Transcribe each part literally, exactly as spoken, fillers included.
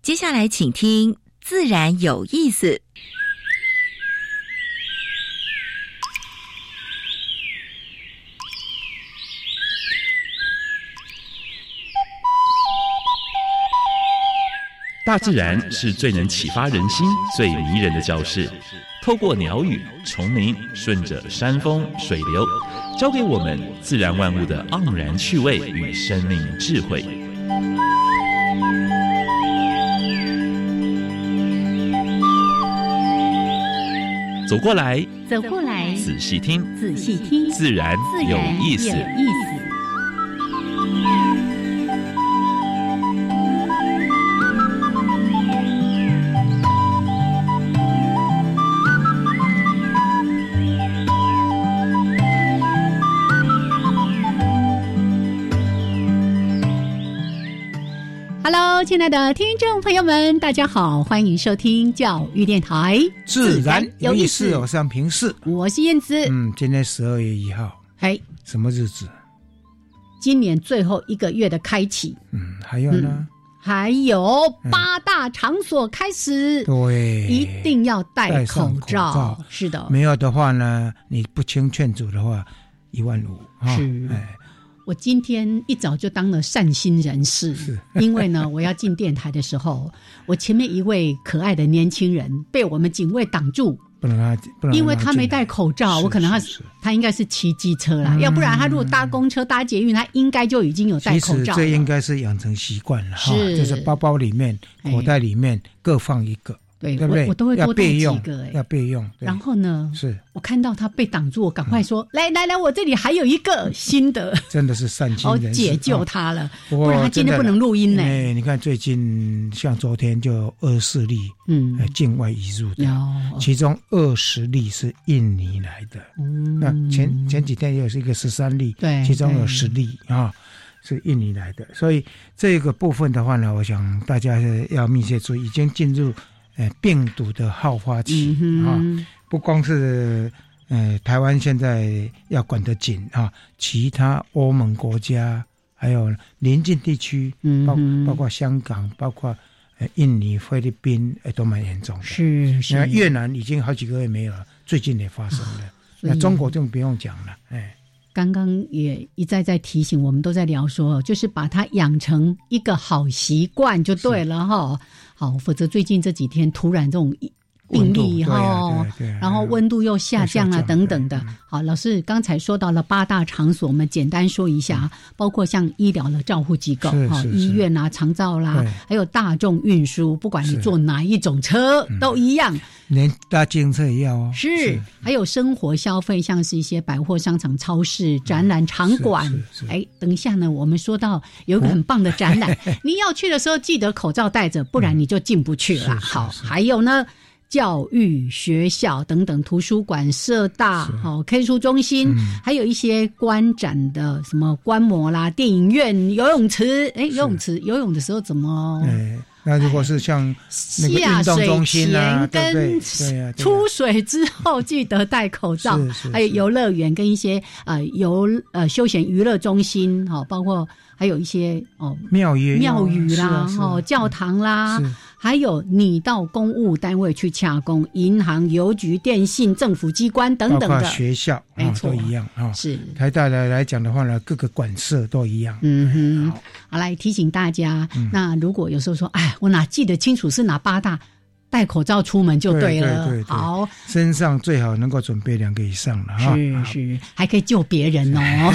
接下来请听自然有意思。 大自然是最能启发人心、最迷人的教室。透过鸟语、虫鸣，顺着山峰、水流，教给我们自然万物的盎然趣味与生命智慧。走过来， 走过来， 仔细听， 仔细听， 自然有意思。 Hello， 亲爱的听众朋友们，大家好，欢迎收听教育电台自然有意思。我是平视， 我是燕子。 嗯，今天十二月一号， 嘿， 什么日子？ 今年最后一个月的开启。 嗯，还有呢？ 嗯、还有八大场所开始， 对、 嗯，一定要戴口罩。 戴口罩是的， 没有的话呢，你不听劝阻的话，一万五。 是， 哎。 我今天一早就当了善心人士，因为呢，我要进电台的时候，我前面一位可爱的年轻人被我们警卫挡住， 不能让他，不能让他因为他没戴口罩，我可能他他应该是骑机车啦、嗯，要不然他如果搭公车、搭捷运，他应该就已经有戴口罩了。 其实这应该是养成习惯了， 是， 就是包包里面、口袋里面各放一个。 对， 对不对？ 我, 我都会多带几个、欸， 要备用。 然后呢， 是我看到他被挡住，我赶快说：“嗯、来来来，我这里还有一个新的。” 真的是善心人士， 解救他了、 哦， 不然他今天不能录音呢、 欸。你看最近像昨天就二十四例，嗯，境外移入的，其中二十例是印尼来的。嗯，那前前几天也有一个十三例， 对， 其中有十例啊。是印尼来的，所以这个部分的话呢，我想大家要密切注意，已经进入呃病毒的好发期啊、嗯，不光是呃台湾现在要管得紧啊，其他欧盟国家还有邻近地区，嗯，包包括香港，包括呃印尼、菲律宾，呃都蛮严重的。 是是， 那越南已经好几个月没有了，最近也发生了。啊、那中国就不用讲了，哎。 刚刚也一再在提醒，我们都在聊说，就是把它养成一个好习惯就对了哈。好，否则最近这几天突然这种病例哈、啊，然后温度又下降了等等的。好，老师刚才说到了八大场所，我们简单说一下，嗯、包括像医疗的照护机构哈，医院啦、长照啦，还有大众运输，不管你坐哪一种车都一样。 连搭自行车也要哦。 是，是还有生活消费，像是一些百货商场、超市、展览场馆。哎，等一下呢，我们说到有一个很棒的展览，你要去的时候记得口罩戴着，不然你就进不去了。好，还有呢。教育学校等等，图书馆、社大、好 K 书中心、嗯，还有一些观展的什么观摩啦、电影院、游泳池。哎，游泳池游泳的时候怎么？ 哎，那如果是像那个运动中心啊，对不对？ 出水之后记得戴口罩。还有游乐园跟一些呃游呃休闲娱乐中心，好，包括还有一些哦庙宇庙宇啦，哦教堂啦。还有你到公务单位去洽公，银行、邮局、电信、政府机关等等的， 包括学校，没错、哦，都一样啊、哦。 是台大来来讲的话呢，各个馆舍都一样。 嗯哼，好，好来提醒大家、嗯。那如果有时候说，哎，我哪记得清楚是哪八大，戴口罩出门就对了。 对对对对好， 身上最好能够准备两个以上了哈。 是是，还可以救别人哦。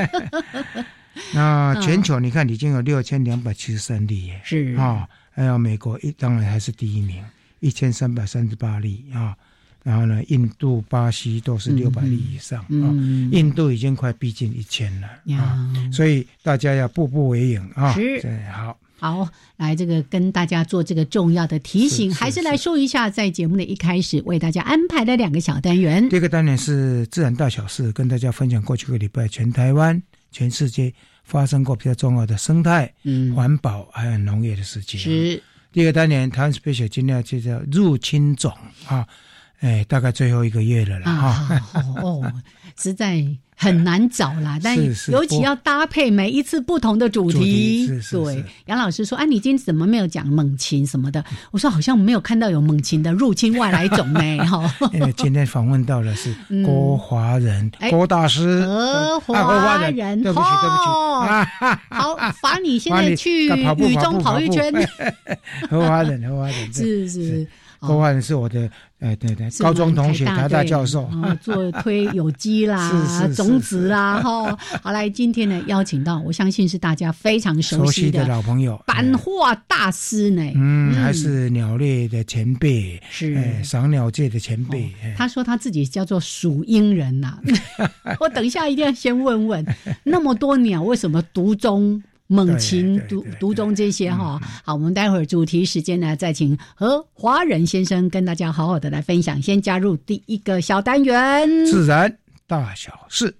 那全球你看已经有六千两百七十三例耶， 是啊。哦还有美国一当然还是第一名，一千三百三十八例啊。然后呢，印度、巴西都是六百例以上、嗯嗯、啊。印度已经快逼近一千了啊，所以大家要步步为营啊。 是， 好， 好，来这个跟大家做这个重要的提醒，是是是还是来说一下，在节目的一开始为大家安排的两个小单元。 第一个单元是自然大小事，跟大家分享过去一个礼拜全台湾、全世界发生过比较重要的生态、嗯、环保还有农业的事情。 是。 第二个单元台湾 special 今天就叫入侵种啊，哎，大概最后一个月了啦啊哦，哦，实在很难找啦，但尤其要搭配每一次不同的主题。 主题是是对，杨老师说：“啊，你今天怎么没有讲猛禽什么的？”我说：“好像没有看到有猛禽的入侵外来种呢。”哈， 因为今天访问到的是郭华仁、嗯、郭大师， 何华仁， 对不起，对不起。 啊、好，罚你现在去雨中跑一圈。 何华仁，何华仁， 是是。 郭华仁是我的呃对对高中同学，台大教授， 哦、做推有机啦、 是是是种子啦，哈。好，来今天呢邀请到，我相信是大家非常熟悉的, 的老朋友， 版画大师呢， 嗯，还是鸟类的前辈， 是呃、赏鸟界的前辈、哦。 他说他自己叫做属鹰人呐、啊，我等一下一定要先问问，那么多鸟为什么独钟？猛禽、独独钟这些哈、嗯，好，我们待会儿主题时间呢，再请何华仁先生跟大家好好的来分享。先加入第一个小单元， 自然大小事。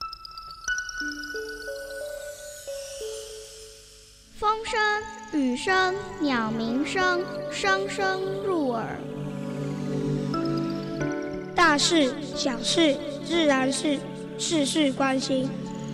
风声、雨声、鸟鸣声，声声入耳。大事、小事、自然事，事事关心。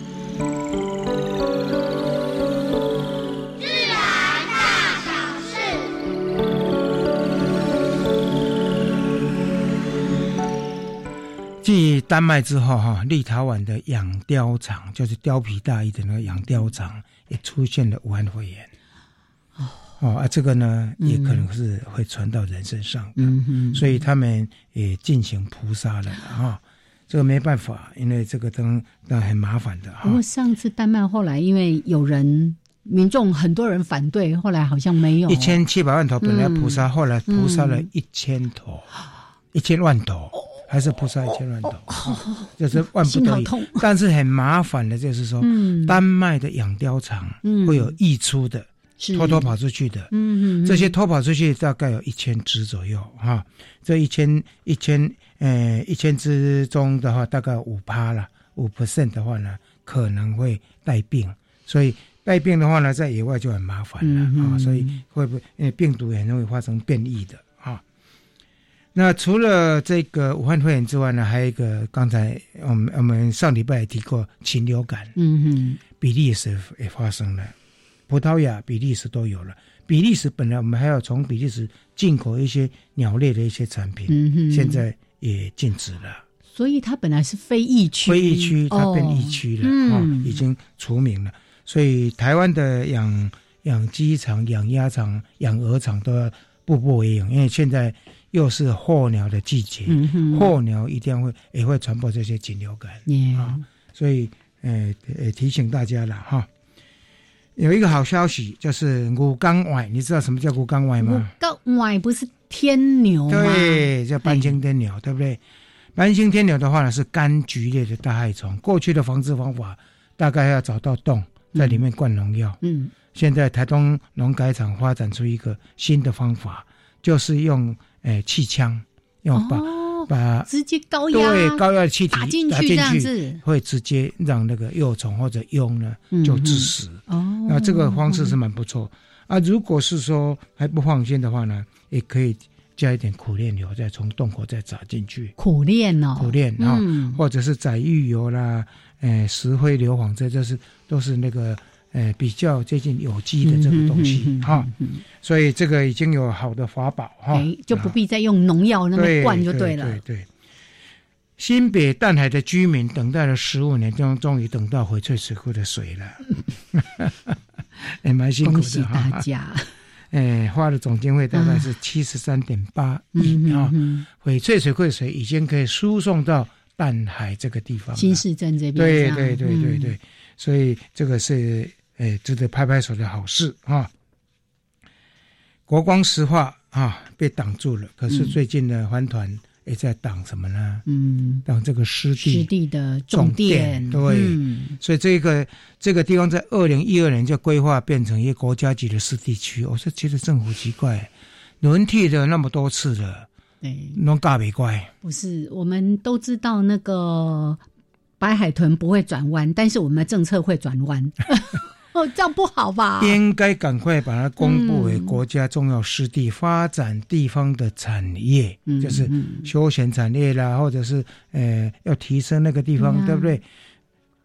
继丹麦之后哈，立陶宛的养貂场，就是貂皮大衣的那个养貂场，也出现了武汉肺炎。哦，啊，这个呢、嗯、也可能是会传到人身上的，嗯哼，所以他们也进行扑杀了哈、哦。这个没办法，因为这个灯那很麻烦的哈。 不过上次丹麦后来因为有人民众很多人反对，后来好像没有一千七百万头本来扑杀、嗯，后来扑杀了一千头，一、嗯、千万头。哦，还是扑杀一千万头、哦哦，就是万不得已。但是很麻烦的，就是说，嗯、丹麦的养貂场会有溢出的，嗯、偷偷跑出去的。嗯嗯，这些偷跑出去大概有一千只左右哈。这一千一千呃一千只中的话，大概五趴了，五 percent 的话呢，可能会带病。所以带病的话呢，在野外就很麻烦了啊、嗯哦。所以会不会因为病毒也很容易发生变异的。那除了这个武汉肺炎之外呢，还有一个刚才我们我们上礼拜也提过禽流感，嗯哼，比利时也发生了，葡萄牙、比利时都有了。比利时本来我们还要从比利时进口一些鸟类的一些产品，嗯哼，现在也禁止了。 所以它本来是非疫区， 非疫区它变疫区了，哦嗯、已经除名了。所以台湾的养养鸡场、养鸭场、养鹅场都要步步为营，因为现在又是候鸟的季节，嗯、候鸟一定会也会传播这些禽流感、yeah. 啊，所以呃呃提醒大家了哈。有一个好消息，就是牛犅外，你知道什么叫牛犅外吗？ 牛犅外不是天牛吗？ 对，叫斑青天牛，对不对？斑青天牛的话呢，是柑橘类的大害虫。过去的防治方法，大概要找到洞，在里面灌农药。嗯，现在台东农改场发展出一个新的方法，就是用诶气枪，用把、哦、把直接高压对高压的气体打进去，这样子会直接让那个幼虫或者蛹呢就致死。嗯、哦，那这个方式是蛮不错啊。如果是说还不放心的话呢，也可以加一点苦楝油，再从洞口再撒进去。 苦楝哦， 苦楝啊、嗯，或者是载玉油啦，呃，石灰硫磺，这就是都是那个呃比较接近有机的这个东西哈、嗯嗯嗯。所以这个已经有好的法宝哈、 欸，就不必再用农药那么灌就对了。 对 对, 对, 对。新北淡海的居民等待了十五年，终终于等到翡翠水库的水了，也蛮辛苦的。 恭喜大家！ 哎，花的总经费大概是七十三点八亿啊！翡翠水库的水已经可以输送到淡海这个地方了， 新市镇这边。 对对对对对，嗯、所以这个是哎值得拍拍手的好事啊！国光石化啊被挡住了，可是最近的环团也在挡什么呢？嗯，挡这个湿地湿地的重电。 对、嗯，所以这个这个地方在二零一二年就规划变成一个国家级的湿地区。我说其实政府奇怪，轮替了那么多次了，对，弄嘎没怪。 不是，我们都知道那个白海豚不会转弯，但是我们的政策会转弯。哦，这样不好吧？ 应该赶快把它公布为国家重要湿地，嗯、发展地方的产业，嗯、就是休闲产业啦，或者是呃要提升那个地方，嗯、对不对？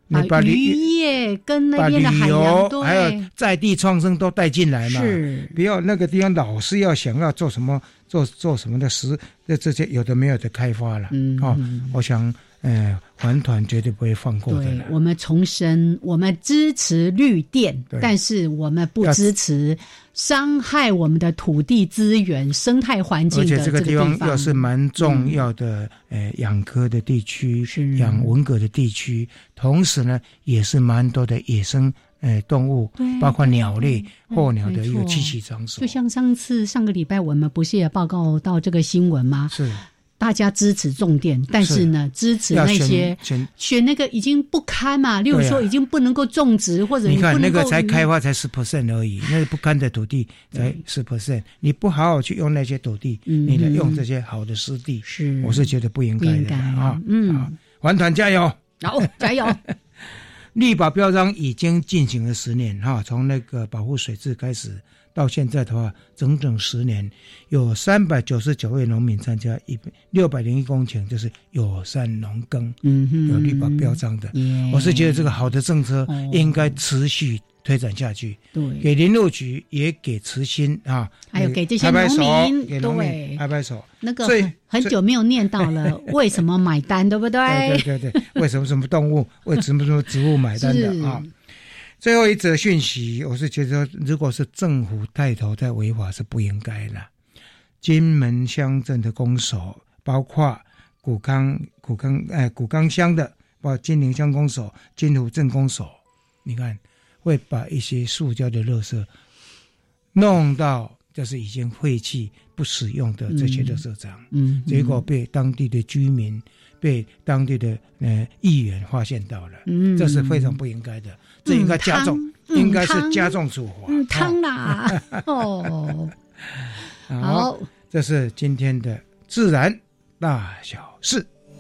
把渔业跟那边的海洋，对， 还有在地创生都带进来嘛。 是， 不要那个地方老是要想要做什么做做什么的实，这这些有的没有的开发了。嗯，哦，我想，呃，环团绝对不会放过的。 对，我们重申，我们支持绿电，但是我们不支持伤害我们的土地资源、生态环境的这个地方。而且这个地方又是蛮重要的，嗯、呃，养科的地区，养文蛤的地区，同时呢，也是蛮多的野生呃动物，包括鸟类、候鸟的一个栖息场所。 就像上次上个礼拜我们不是也报告到这个新闻吗？ 是。 大家支持重电，但是呢，是支持那些 选, 选那个已经不堪嘛，例如说已经不能够种植，啊、或者你看那个才开发才十 percent 而已，那不堪的土地才十 percent， 你不好好去用那些土地，嗯、你来用这些好的湿地，是我是觉得不应该的啊。嗯，环团加油， 好加油。 绿保标章已经进行了十年哈，从那个保护水质开始。到现在的话，整整十年，有三百九十九位农民参加，一六百零一公顷就是友善农耕，嗯哼，有绿保标章的。嗯、我是觉得这个好的政策应该持续推展下去。对，给林务局也给慈心啊， 还有给这些农民， 给农民拍拍手。 那个很久没有念到了，为什么买单，对不对？ 对对对对，为什么什么动物，为什么什么植物买单的啊？最后一则讯息，我是觉得，如果是政府带头在违法，是不应该的。金门乡镇的公所，包括古康、古康、哎古康乡的，包括金陵乡公所、金湖镇公所，你看会把一些塑胶的垃圾弄到就是已经废弃不使用的这些垃圾场，嗯，嗯结果被当地的居民、被当地的呃议员发现到了，嗯，这是非常不应该的。这应该加重，嗯、应该是加重处罚。 嗯，汤啦，哦， 好，这是今天的自然大小事。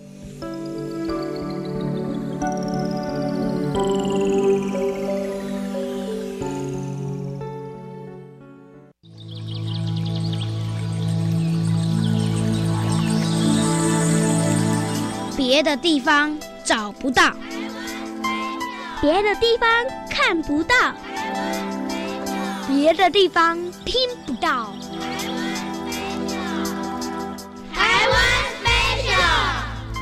别的地方找不到，别的地方看不到，别的地方听不到。台湾 Special。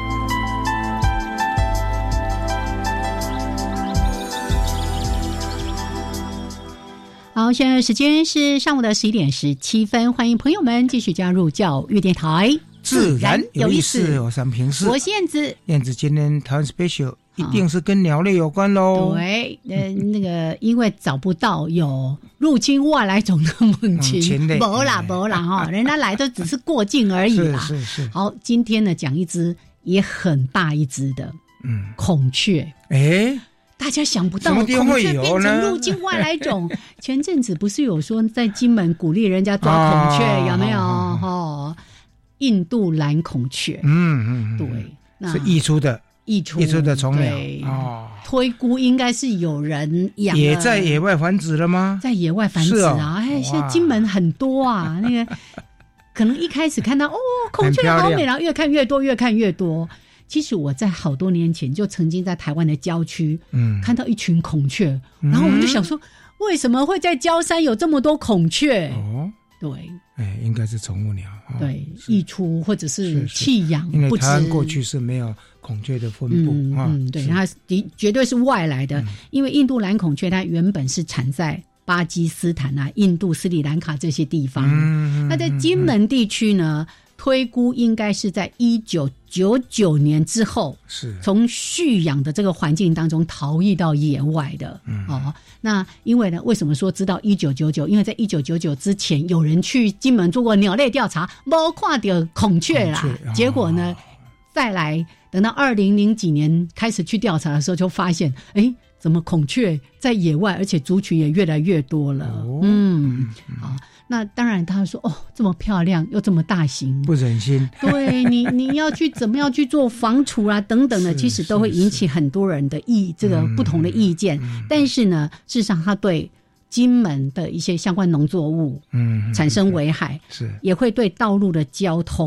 好，现在时间是上午的十一点十七分，欢迎朋友们继续加入教育电台。 自然有意思，我是平视， 我是燕子。 燕子今天台湾 special 一定是跟鸟类有关喽。 对，呃，那个因为找不到有入侵外来种的猛禽，没啦没啦哈，人家来的只是过境而已啦。 是是是。 好，今天呢讲一只也很大一只的，嗯，孔雀。 哎。 大家想不到孔雀变成入境外来种。前阵子不是有说在金门鼓励人家抓孔雀，哦、有没有？哈、哦，印度蓝孔雀， 嗯嗯， 对， 那是溢出的， 溢出溢出的虫鸟哦。 推估应该是有人养， 也在野外繁殖了吗？ 在野外繁殖啊！哎、哦，现在金门很多啊，那个可能一开始看到哦，孔雀好美，然后越看越多，越看越多。其实我在好多年前就曾经在台湾的郊区，嗯，看到一群孔雀，嗯、然后我们就想说，为什么会在郊山有这么多孔雀？哦，对， 哎，应该是宠物鸟，哦、 对，溢出或者是弃养不知。 因为台湾过去是没有孔雀的分布啊、 嗯嗯，对，它的绝对是外来的，嗯、因为印度蓝孔雀它原本是产在巴基斯坦啊、印度、斯里兰卡这些地方，嗯、那在金门地区呢？嗯推估应该是在一九九九年之后，是从蓄养的这个环境当中逃逸到野外的。嗯、哦，那因为呢，为什么说知道一九九九？因为在一九九九之前，有人去金门做过鸟类调查，没看到孔雀啦。孔雀哦、结果呢，再来等到二零零几年开始去调查的时候，就发现，哎，怎么孔雀在野外，而且族群也越来越多了。哦、嗯，好。嗯那当然，他说哦，这么漂亮又这么大型， 不忍心。 对你，你要去怎么样去做防除啊，等等的，其实都会引起很多人的意这个不同的意见。嗯、但是呢，事实上，它对金门的一些相关农作物，嗯，产生危害，是也会对道路的交通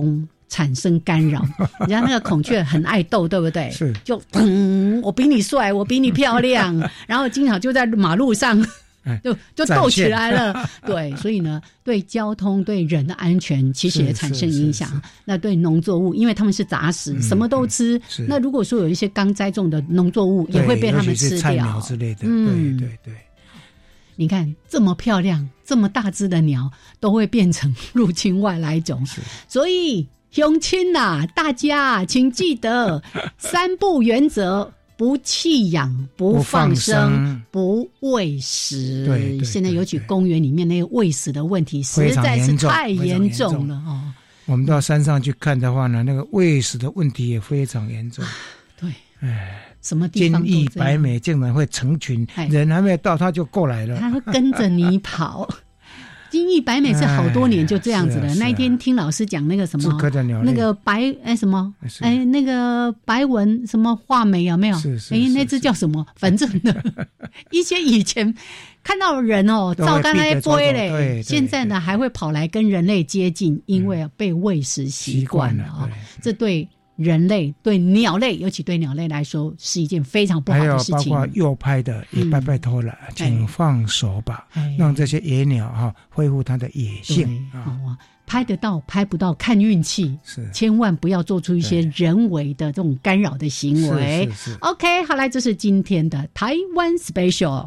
产生干扰。人家那个孔雀很爱斗，对不对？ 是， 就嗯，我比你帅，我比你漂亮，然后经常就在马路上就就斗起来了。对，所以呢，对交通、对人的安全其实也产生影响。那对农作物，因为他们是杂食，嗯、什么都吃。那如果说有一些刚栽种的农作物，也会被他们吃掉。 菜苗之类的，嗯，对对对。 你看这么漂亮、这么大只的鸟，都会变成入侵外来种。所以乡亲呐，大家请记得三不原则。不弃养，不放生，不喂食。对，对，现在尤其公园里面那个喂食的问题实在是太严重了哦。 我们到山上去看的话呢，那个喂食的问题也非常严重。 对， 哎， 什么地方都这样？ 金翼白眉竟然会成群，人还没有到，它就过来了， 它会跟着你跑。金翼白眉是好多年就这样子的。哎啊啊、那一天听老师讲那个什么，那个白哎什么哎那个白纹什么画眉有没有？是是。哎，那只叫什么？反正的一些以前看到人哦，照干那飞嘞，现在呢还会跑来跟人类接近，因为被喂食习惯了啊、哦。这对人类、对鸟类，尤其对鸟类来说，是一件非常不好的事情。 还有包括诱拍的，也拜拜托了，嗯、请放手吧，哎、让这些野鸟哈、哦、恢复它的野性啊。 哦、拍得到，拍不到，看运气。是，千万不要做出一些人为的这种干扰的行为。是是是 OK， 好来，这是今天的台湾 Special。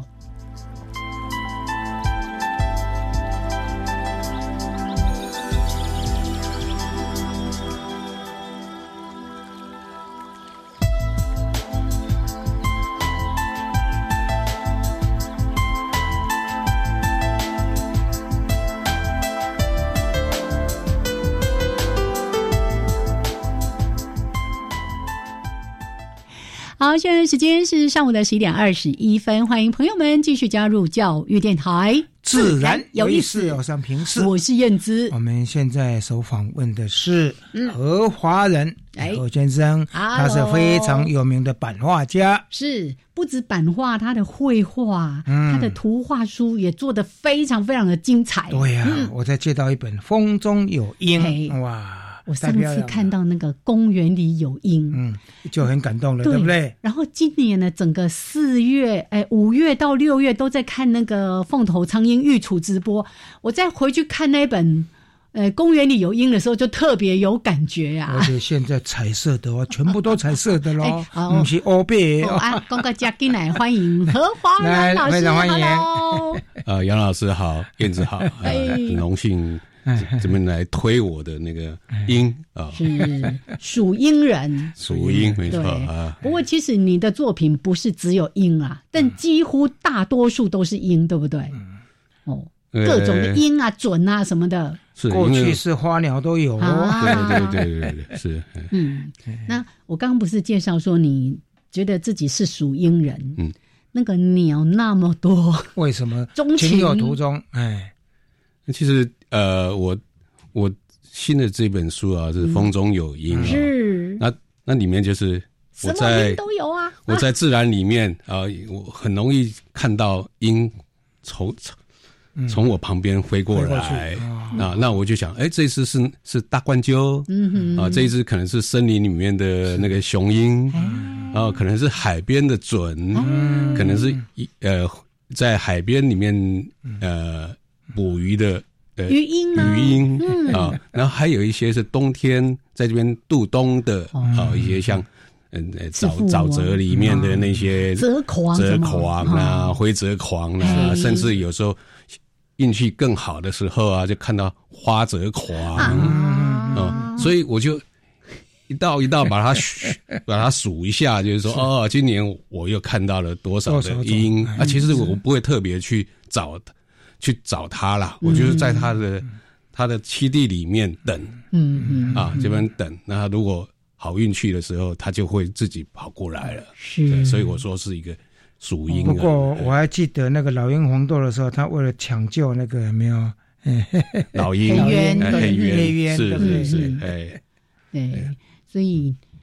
好，现在时间是上午的十一点二十一分，欢迎朋友们继续加入教育电台， 自然有意思。我上平视， 我是燕姿。 我们现在所访问的是何华仁何先生，他是非常有名的版画家， 是不止版画，他的绘画、嗯、他的图画书也做得非常非常的精彩。 对呀、啊嗯，我再借到一本《风中有鹰》，哇！ 我上次看到那个公园里有鹰， 嗯，就很感动了， 对, 对不对？ 然后今年呢，整个四月、哎五月到六月都在看那个凤头苍鹰育雏直播。我再回去看那本，呃，公园里有鹰的时候，就特别有感觉呀、啊。 而且现在彩色的哦，全部都彩色的咯，不是黑白哦。啊，讲个加进来，欢迎何华仁老师， 非常欢迎。 呃，杨老师好，燕子好，呃、很荣幸。这边来推我的那个鹰啊， 是属鹰人， 属鹰没错啊。 不过其实你的作品不是只有鹰啊，但几乎大多数都是鹰，对不对？哦，各种的鹰啊、隼啊什么的， 是过去是花鸟都有哦。 对对对对对，是。 嗯，那我刚刚不是介绍说你觉得自己是属鹰人？嗯，那个鸟那么多， 为什么情有独钟？哎。 其实，呃，我我新的这本书啊，是《风中有鹰》啊， 是那那里面就是我在都有啊， 我在自然里面啊、呃，我很容易看到鹰从从我旁边飞过来、嗯、啊，那我就想，哎，这一只是是大冠鸠，嗯哼，啊，这一只可能是森林里面的那个雄鹰，然后、啊、可能是海边的隼，嗯、可能是呃在海边里面呃。捕鱼的呃鱼鹰吗？ 鱼鹰、嗯、啊，然后还有一些是冬天在这边度冬的、哦、啊，一些像嗯沼沼泽里面的那些蜇狂、 蜇狂啊、灰蜇狂啊，甚至有时候运气更好的时候啊，就看到花蜇狂啊、啊，所以我就一道一道把它把它数一下，就是说哦，今年我又看到了多少的鹰啊，其实我不会特别去找。去找他啦，我就是在他的、嗯、他的栖地里面等，嗯嗯啊这边等，那他如果好运气的时候，他就会自己跑过来了。是，所以我说是一个属鹰、啊。 不过我还记得那个老鹰黄豆的时候，他为了抢救那个没有老鹰黑鸢， 黑鸢黑鸢是是是，哎， 对，所以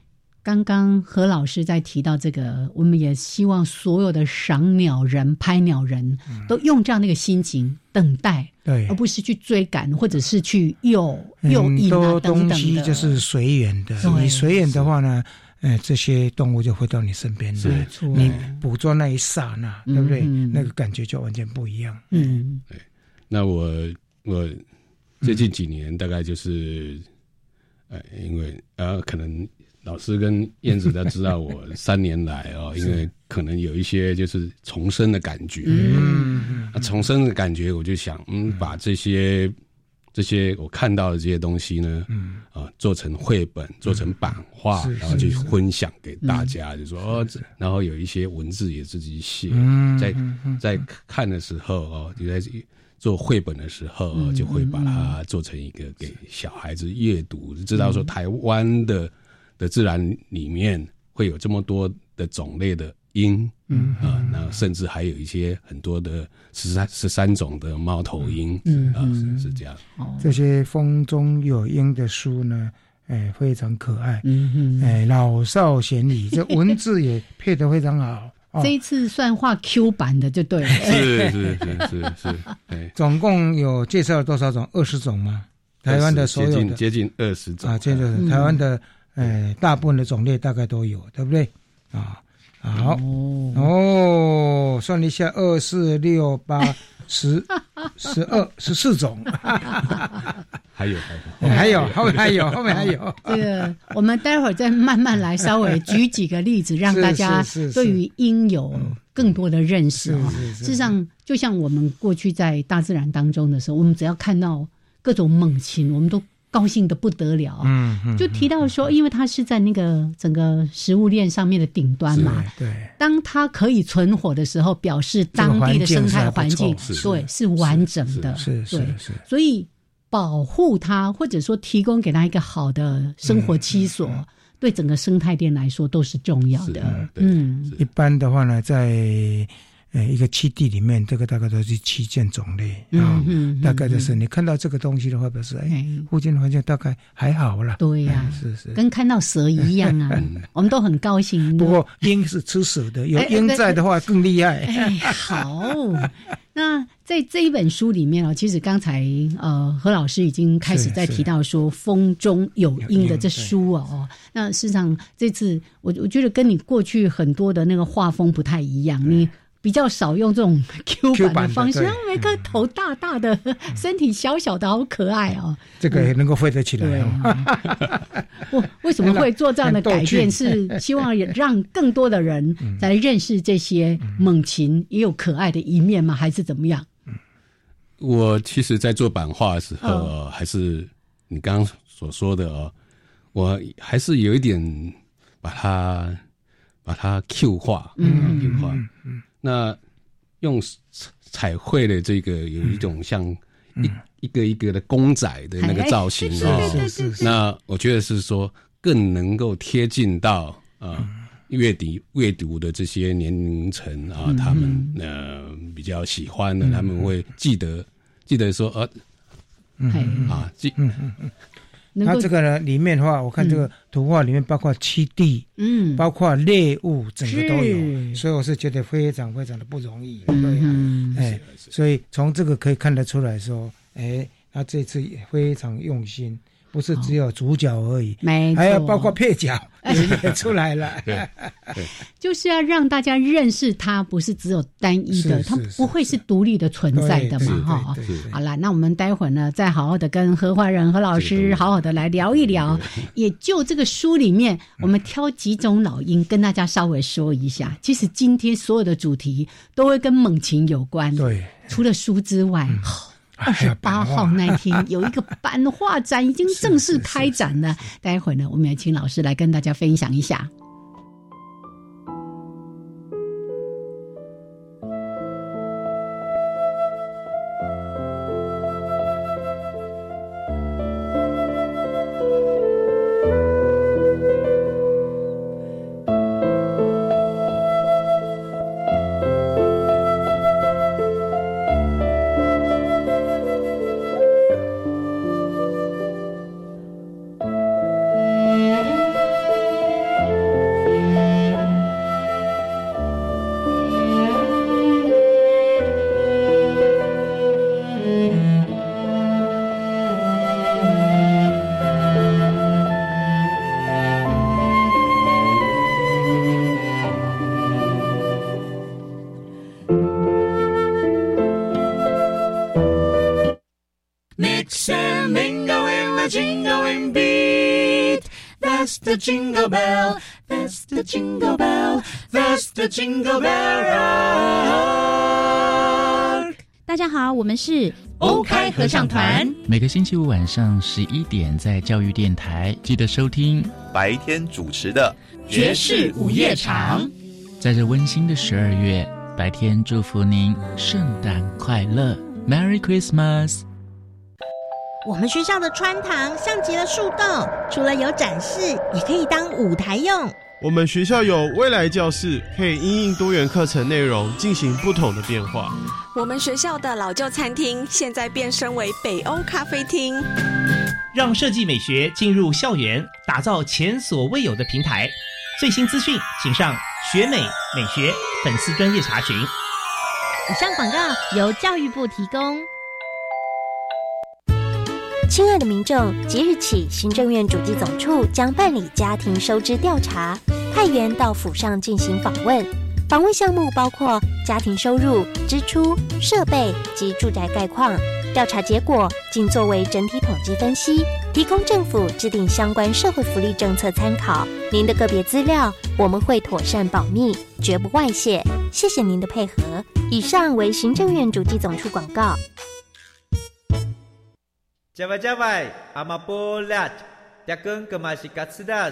刚刚何老师在提到这个，我们也希望所有的赏鸟人、拍鸟人、嗯、都用这样的一个心情等待， 对， 而不是去追赶或者是去诱诱引啊等等的。 东西就是随缘的，你随缘的话呢，呃，这些动物就回到你身边来，你捕捉那一刹那，对不对？嗯、那个感觉就完全不一样。 嗯，对。那我我最近几年大概就是，呃，因为呃，可能。老师跟燕子都知道我三年来哦，因为可能有一些就是重生的感觉，嗯，啊，重生的感觉，我就想，嗯，把这些这些我看到的这些东西呢，嗯，啊，做成绘本，做成版画，嗯、然后就分享给大家，就说哦，然后有一些文字也自己写，嗯、在在看的时候哦，就在做绘本的时候、哦，就会把它做成一个给小孩子阅读，知道说台湾的。的自然里面会有这么多的种类的鹰，嗯啊，那甚至还有一些很多的十三十三种的猫头鹰，嗯啊，是是这样。 这些风中有鹰的书呢，哎，非常可爱，嗯嗯，哎，老少咸宜，这文字也配得非常好。 哦、这一次算画 Q 版的就对了， 是是是是是，哎， 总共有介绍了多少种？二十种吗？台湾的所有的接近接近二十种啊，接近台湾的。哎，大部分的种类大概都有，对不对？啊，好哦，哦，算一下，二四六八十十二十四种， 还有还有还有后面还有后面还有。 这个我们待会儿再慢慢来，稍微举几个例子，让大家对于鹰有更多的认识啊。事实上，就像我们过去在大自然当中的时候，我们只要看到各种猛禽，我们都高兴的不得了，嗯，嗯就提到说，因为它是在那个整个食物链上面的顶端嘛， 对， 当它可以存活的时候，表示当地的生态环境，对，是完整的， 是是是， 所以保护它或者说提供给它一个好的生活栖所，嗯、对整个生态链来说都是重要的。 嗯，一般的话呢，在呃，一个栖地里面，这个大概都是七件种类啊、嗯嗯，大概就是你看到这个东西的话，表示哎，附近的环境大概还好啦。 对呀、啊， 是是， 跟看到蛇一样啊，我们都很高兴。 不过鹰是吃蛇的，有鹰在的话更厉害。 哎，好，那在这一本书里面哦，其实刚才呃何老师已经开始在提到说风中有鹰的这书哦，那事实上这次我我觉得跟你过去很多的那个画风不太一样，你。比较少用这种 Q 版的方式，每个头大大的，嗯、身体小小的，好可爱哦。 这个也能够飞得起来哦。 我为什么会做这样的改变？是希望让更多的人来认识这些猛禽也有可爱的一面吗？还是怎么样？ 我其实在做版画的时候，哦、还是你刚刚所说的哦，我还是有一点把它把它 Q 化，嗯 Q 化，嗯。那用彩绘的这个有一种像一、嗯、一个一个的公仔的那个造型哦， 是是是。 那我觉得是说更能够贴近到啊、呃、阅读阅读的这些年龄层啊，嗯、他们呃比较喜欢的，嗯、他们会记得记得说呃，嗯啊记嗯嗯嗯。 它这个呢，里面的话，我看这个图画里面包括栖地，嗯，包括猎物，整个都有，所以我是觉得非常非常的不容易，嗯、对、啊，哎，所以从这个可以看得出来说，哎，他这次也非常用心，不是只有主角而已， 没错， 还有包括配角也出来了， 就是要让大家认识它，不是只有单一的，它不会是独立的存在的嘛，哈。好了，那我们待会儿呢，再好好的跟何怀仁何老师好好的来聊一聊，也就这个书里面，我们挑几种老鹰跟大家稍微说一下。其实今天所有的主题都会跟猛禽有关， 对， 除了书之外。嗯二十八号那天有一个版画展已经正式开展了，待会儿呢，我们也请老师来跟大家分享一下。 horse and mingle in the jingling beat. That's the jingle bell, that's the jingle bell, that's the jingle bell rock. 大家好，我们是欧开合唱团， 每个星期五晚上十一点在教育电台，记得收听白天主持的爵士午夜场。 在这温馨的十二月，白天祝福您圣诞快乐 ，Merry Christmas。 我们学校的穿堂像极了树洞，除了有展示，也可以当舞台用。 我们学校有未来教室，可以因应多元课程内容进行不同的变化。 我们学校的老旧餐厅现在变身为北欧咖啡厅， 让设计美学进入校园，打造前所未有的平台。最新资讯请上学美美学粉丝专页查询。 以上广告由教育部提供。 亲爱的民众，即日起，行政院主计总处将办理家庭收支调查，派员到府上进行访问。访问项目包括家庭收入、支出、设备及住宅概况。调查结果仅作为整体统计分析，提供政府制定相关社会福利政策参考。您的个别资料我们会妥善保密，绝不外泄。谢谢您的配合。以上为行政院主计总处广告。 Jawai-jawai, amapolat, dakeng kemashikatsidas,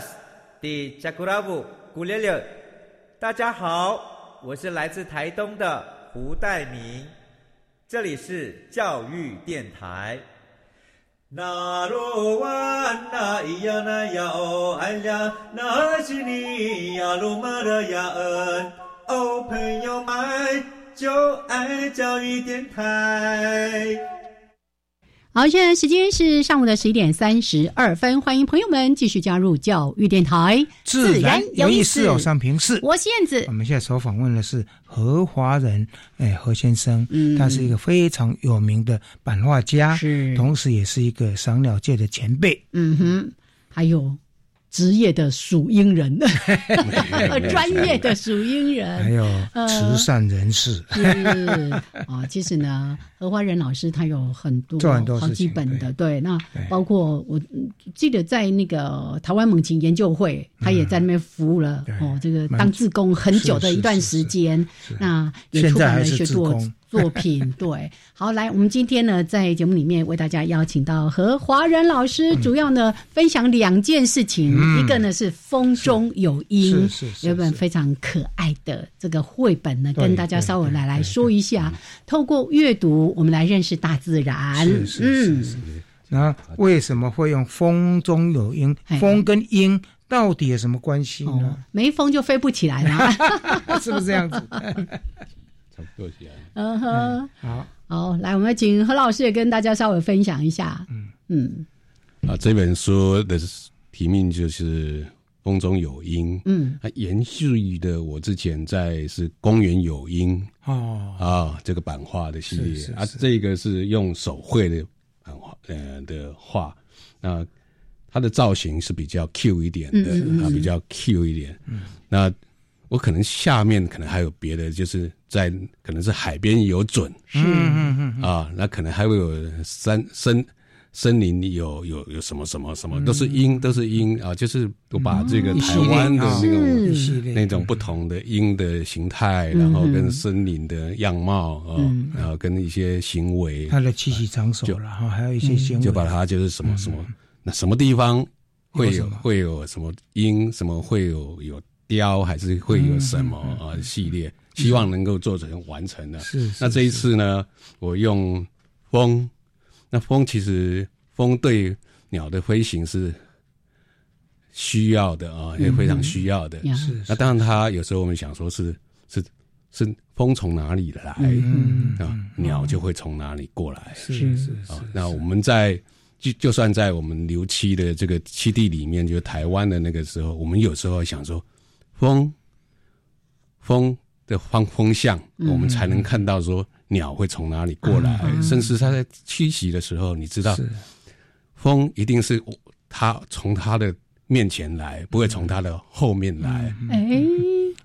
di Jakuravu, Gulele。大家好，我是来自台东的胡代明，这里是教育电台。那罗哇那咿呀那呀哦哎呀，那是你呀鲁玛的呀恩哦，朋友们就爱教育电台。 好，现在时间是上午的十一点三十二分，欢迎朋友们继续加入教育电台， 自然有意思哦。上平是， 我是燕子。 我们现在所访问的是何华仁，哎，何先生，嗯，他是一个非常有名的版画家，是，同时也是一个赏鸟界的前辈。 嗯哼，还有职业的属鹰人，专业的属鹰人， 还有慈善人士。 呃、是啊，其实呢，何华仁老师他有很多好几本的，对，那包括我记得在那个台湾猛禽研究会，他也在那边服务了、嗯、哦，这个当志工很久的一段时间，那也出版了一些作作品。对，好，来，我们今天呢，在节目里面为大家邀请到何华仁老师，主要呢、嗯、分享两件事情。嗯、一个呢是风中有鹰，有一本非常可爱的这个绘本呢，跟大家稍微来来说一下。透过阅读，我们来认识大自然。 是是是是。那、嗯、为什么会用风中有鹰？风跟鹰到底有什么关系呢？哦、 没风就飞不起来了， 是不是这样子？ 差不多起来。 嗯哼，好，好，来，我们请何老师也跟大家稍微分享一下。嗯嗯。 啊，这本书的题目就是风中有鹰，嗯，它延续的我之前在是公园有鹰哦啊这个版画的系列，是是是啊，这个是用手绘的版画呃的画，那它的造型是比较 Q 一点的，嗯嗯嗯啊，比较 Q 一点，嗯，那我可能下面可能还有别的，就是在可能是海边有隼，是嗯嗯啊，那可能还会有山森。森林里有有有什么什么什么，都是鹰，都是鹰啊！就是我把这个台湾的那种那种不同的鹰的形态，然后跟森林的样貌啊，然后跟一些行为， 它的栖息场所，然后还有一些行为， 就把它就是什么什么，那什么地方会有会有什么鹰，什么会有有雕，还是会有什么啊系列，希望能够做成完成的。是，那这一次呢，我用风。那风其实风对鸟的飞行是需要的啊，也非常需要的。是、嗯，那当然，它有时候我们想说是是是风从哪里来、嗯、啊，鸟就会从哪里过来。是是是啊，那我们在就就算在我们留栖的这个栖地里面，就是台湾的那个时候，我们有时候想说风风的方风向，嗯、我们才能看到说。鸟会从哪里过来、嗯、甚至它在栖息的时候，你知道风一定是它从它的面前来，不会从它的后面来、 嗯、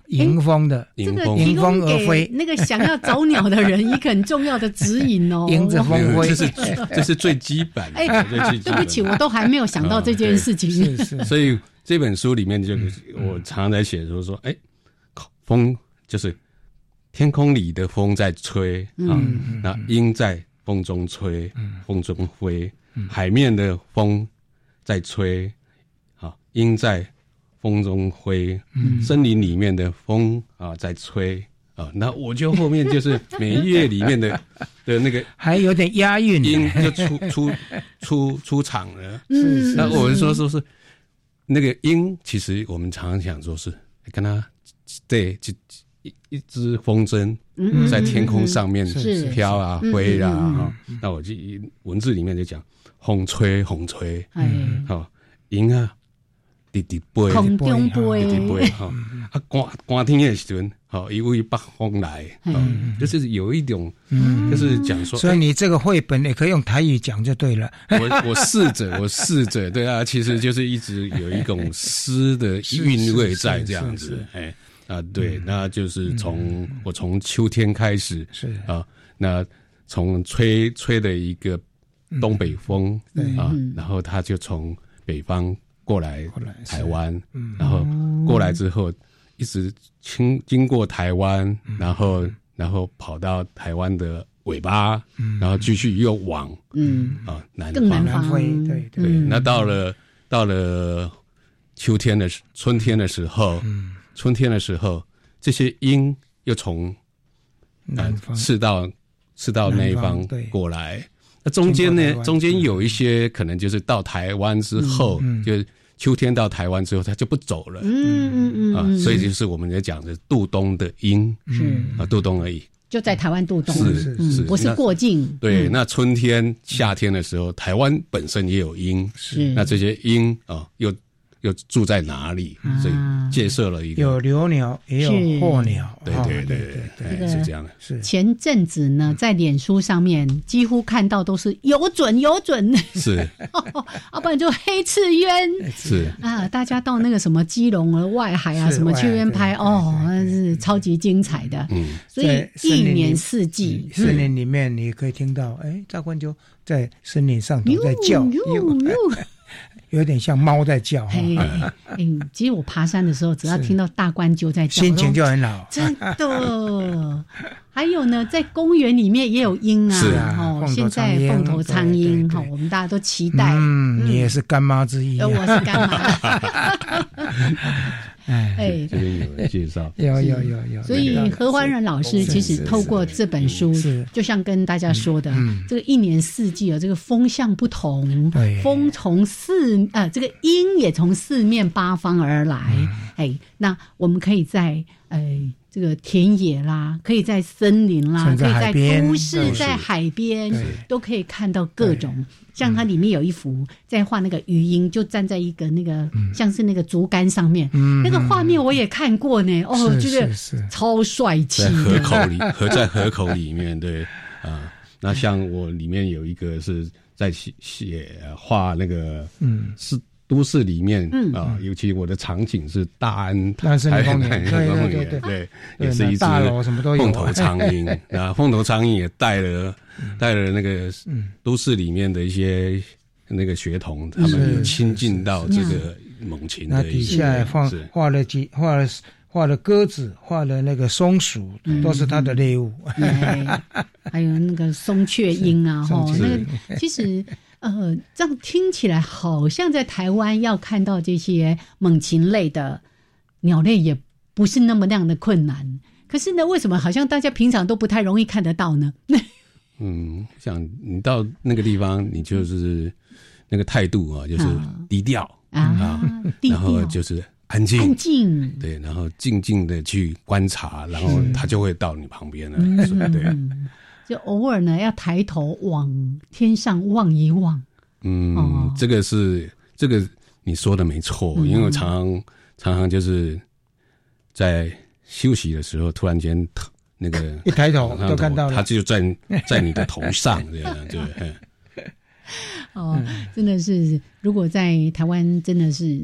迎风的， 这个提供给那个想要找鸟的人一个很重要的指引哦。 迎着风飞， 这是这是最基本的。哎， 对不起，我都还没有想到这件事情。 是是。所以这本书里面就我常常在写说说，哎，风就是天空里的风在吹啊，那鹰在风中吹，风中飞，海面的风在吹，啊，鹰在风中挥，嗯、森林里面的风啊在吹啊，那我就后面就是每一页里面的的那个还有点押韵， 音就出出出出场了。嗯，那我就说说是那个鹰，其实我们常常想说是跟它对一一只风筝在天空上面飘啊飞啊哈，那我就文字里面就讲风吹风吹，嗯，好鹰啊。直直飞， 空中飞， 直直飞哈！啊，寒寒天的时阵，好，因为北风来，嗯，就是有一种，嗯，就是讲说， 所以你这个绘本也可以用台语讲就对了。 我我试着，我试着，对啊，其实就是一直有一种诗的韵味在这样子，哎啊，对，那就是从我从秋天开始是啊，那从吹吹的一个东北风啊，然后它就从北方。过来台湾，然后过来之后，一直经经过台湾，然后然后跑到台湾的尾巴，然后继续又往嗯啊南方南飞，对对。那到了到了秋天的春天的时候，春天的时候，这些鹰又从南方赤道赤道那一方过来。那中间呢，中间有一些可能就是到台湾之后，就。秋天到台湾之后，它就不走了，嗯嗯嗯啊，所以就是我们在讲的渡冬的鹰，是啊，渡冬而已， 就在台湾渡冬， 是是是， 不是过境。 对，那春天、夏天的时候，台湾本身也有鹰，是那这些鹰啊，又又住在哪里？所以介绍了一个有留鸟，也有候鸟， 对对对对对，是这样的。 是前阵子呢，在脸书上面几乎看到都是有准有准， 是， 要不然就黑翅鸢， 是啊，大家到那个什么基隆的外海啊，什么去鸢拍哦，那是超级精彩的。嗯，所以一年四季， 森林里面你可以听到，哎，赵冠鸠在森林上头在叫。有点像猫在叫。 嗯，其实我爬山的时候，只要听到大冠鸠在叫， 心情就很好。 真的。还有呢，在公园里面也有鹰啊， 是啊， 哦，现在凤头苍鹰，哈，我们大家都期待。 嗯，你也是干妈之一。 我是干妈。 哎，这边有人介绍， 有有有有。 所以何欢仁老师其实透过这本书，就像跟大家说的，这个一年四季啊，这个风向不同，风从四呃，这个鹰也从四面八方而来。哎，那我们可以在呃这个田野啦，可以在森林啦，可以在都市，在海边，都可以看到各种。像它里面有一幅在画那个鱼鹰，就站在一个那个、嗯、像是那个竹竿上面，嗯、那个画面我也看过呢。哦，这个超帅气。 在河口里，河在河口里面，对啊、呃。那像我里面有一个是在写写画那个，嗯，是都市里面啊、嗯呃，尤其我的场景是大安大安森林公园，对对对对， 对，也是一只凤头苍鹰啊，凤头苍鹰也带了。带了那个都市里面的一些那个学童，他们亲近到这个猛禽的一些， 那底下放画了几画了画了鸽子，画了那个松鼠，嗯、都是他的猎物。 还有那个松雀鹰啊，哈，那个其实呃，这样听起来好像在台湾要看到这些猛禽类的鸟类也不是那么那样的困难。可是呢，为什么好像大家平常都不太容易看得到呢？ 嗯，像你到那个地方，你就是那个态度啊，就是低调 啊, 啊，然后就是安静， 安静， 对，然后静静的去观察，然后他就会到你旁边了，嗯、对、啊， 就偶尔呢要抬头往天上望一望。 嗯，哦、这个是这个你说的没错，嗯、因为我常常常常就是在休息的时候，突然间。那个一抬头都看到了， 他就在在你的头上，这样对。哦， 真的是，如果在台湾真的是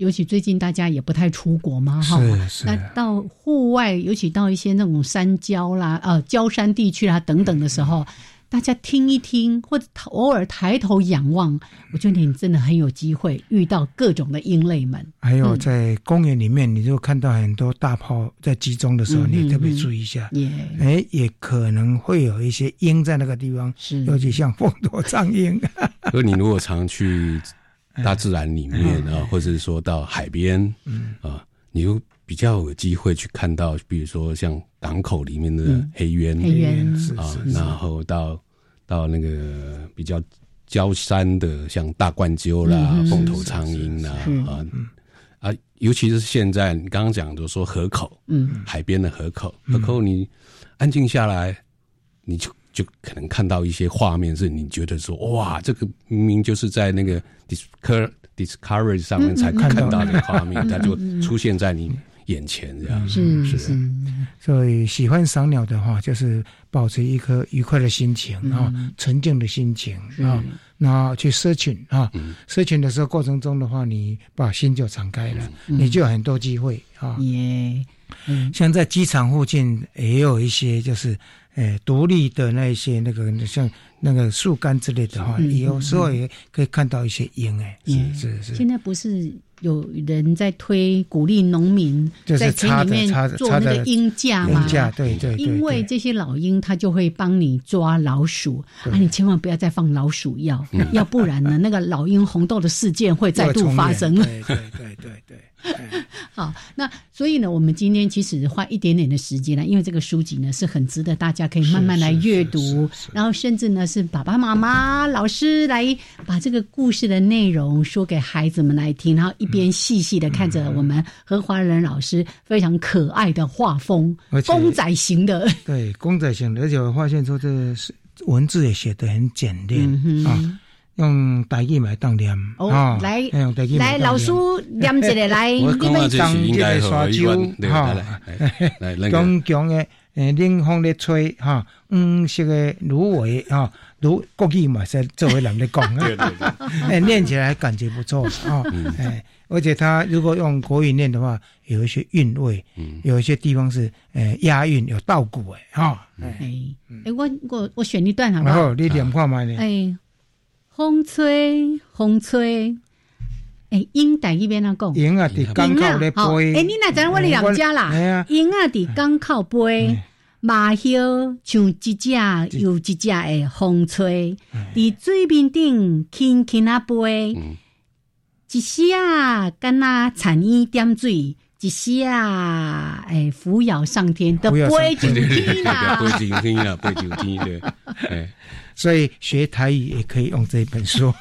尤其最近大家也不太出国嘛，哈，那到户外，尤其到一些那种山郊啦、呃郊山地区啦等等的时候，大家听一听，或者偶尔抬头仰望，我觉得你真的很有机会遇到各种的鹰类们。 还有在公园里面，你就看到很多大炮在集中的时候，嗯、你特别注意一下。嗯嗯哎，也可能会有一些鹰在那个地方，尤其像凤头苍鹰。 所以你如果常去大自然里面啊，嗯、或者是说到海边，嗯啊，你就比较有机会去看到，比如说像港口里面的黑鸢， 黑鸢啊，然后到到那个比较郊山的，像大冠鸠啦、嗯、凤头苍鹰啦，啊啊，尤其是现在你刚刚讲的说河口，嗯，海边的河口，河口你安静下来，你就。就可能看到一些画面，是你觉得说哇，这个明明就是在那个 Discover Discovery 上面才看到的画面，它就出现在你眼前这样。 是是是， 所以喜欢赏鸟的话，就是保持一颗愉快的心情啊，嗯、沉静的心情啊，然后去社群啊，社群的时候过程中的话，你把心就敞开了，嗯、你就有很多机会啊。 耶， 嗯，像在机场附近也有一些就是。诶，独立的那一些那个像那个树干之类的话，嗯、有时候也可以看到一些鹰诶。嗯、是是是。 现在不是有人在推鼓励农民在田里面做那个鹰架吗？ 鹰架，对对 对, 对。 因为这些老鹰它就会帮你抓老鼠啊，你千万不要再放老鼠药，嗯、要不然呢，那个老鹰红豆的事件会再度发生。 对对对对对。 好，那所以呢，我们今天其实花一点点的时间呢，因为这个书籍呢是很值得大家可以慢慢来阅读，然后甚至呢是爸爸妈妈、老师来把这个故事的内容说给孩子们来听，然后一边细细的看着我们何华仁老师非常可爱的画风，公仔型的， 对，公仔型的，而且我发现说这文字也写得很简练、嗯、啊。用台语来当念哦，哦来用台语来老师念一个来， 我讲这是应该和一般哈，来来强强的诶，冷风咧吹哈，黄色的芦苇哈，芦国语嘛是作为人咧讲啊，对对对，哎，念起来感觉不错啊，哎，而且他如果用国语念的话，有一些韵味，有一些地方是诶押韵，有稻谷诶哈， 哎哎，我我我选一段好不好？ 好，你念看嘛呢？ 哎。风吹风吹，诶，鹰在那边啊讲， 鹰啊，伫港口咧飞。 诶，你哪知我哋两家啦？鹰啊，伫港口飞，马腰像一只又一只的风吹，伫水面顶轻轻啊飞，一时啊，敢若残烟点水。一时啊，哎，扶摇上天的飞上天啦， 飞上天啦，飞上天的，哎， 所以学台语也可以用这本书，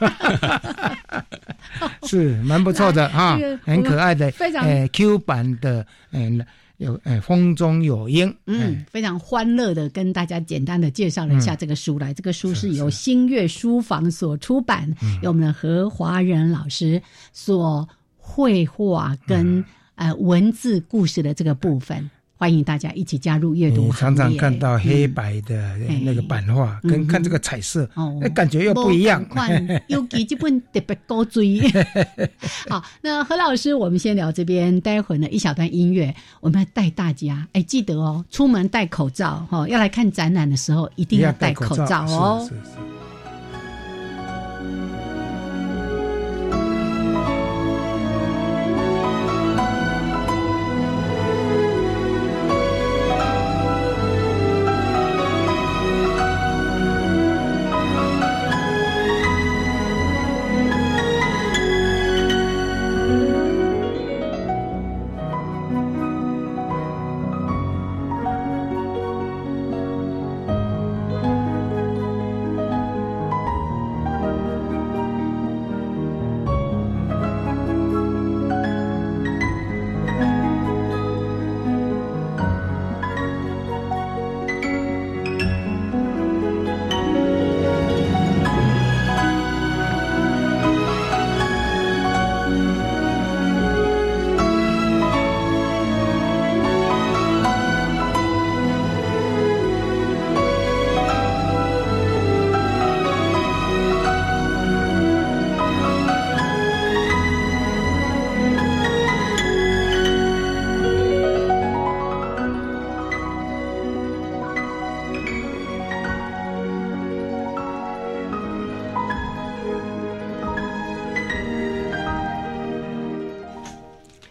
是蛮不错的哈，很可爱的， 非常哎 Q 版的，嗯，有哎风中有鹰， 嗯，非常欢乐的跟大家简单的介绍了一下这个书来，这个书是由新月书房所出版，由我们的何华仁老师所绘画跟。呃，文字故事的这个部分，欢迎大家一起加入阅读行列。 常常看到黑白的那个版画，嗯、跟看这个彩色，嗯、感觉又不一样。 尤其这本特别高追。好，那何老师，我们先聊这边，待会儿呢一小段音乐，我们要带大家，哎，记得哦，出门戴口罩哈、哦，要来看展览的时候一定要戴口罩哦。 是是是。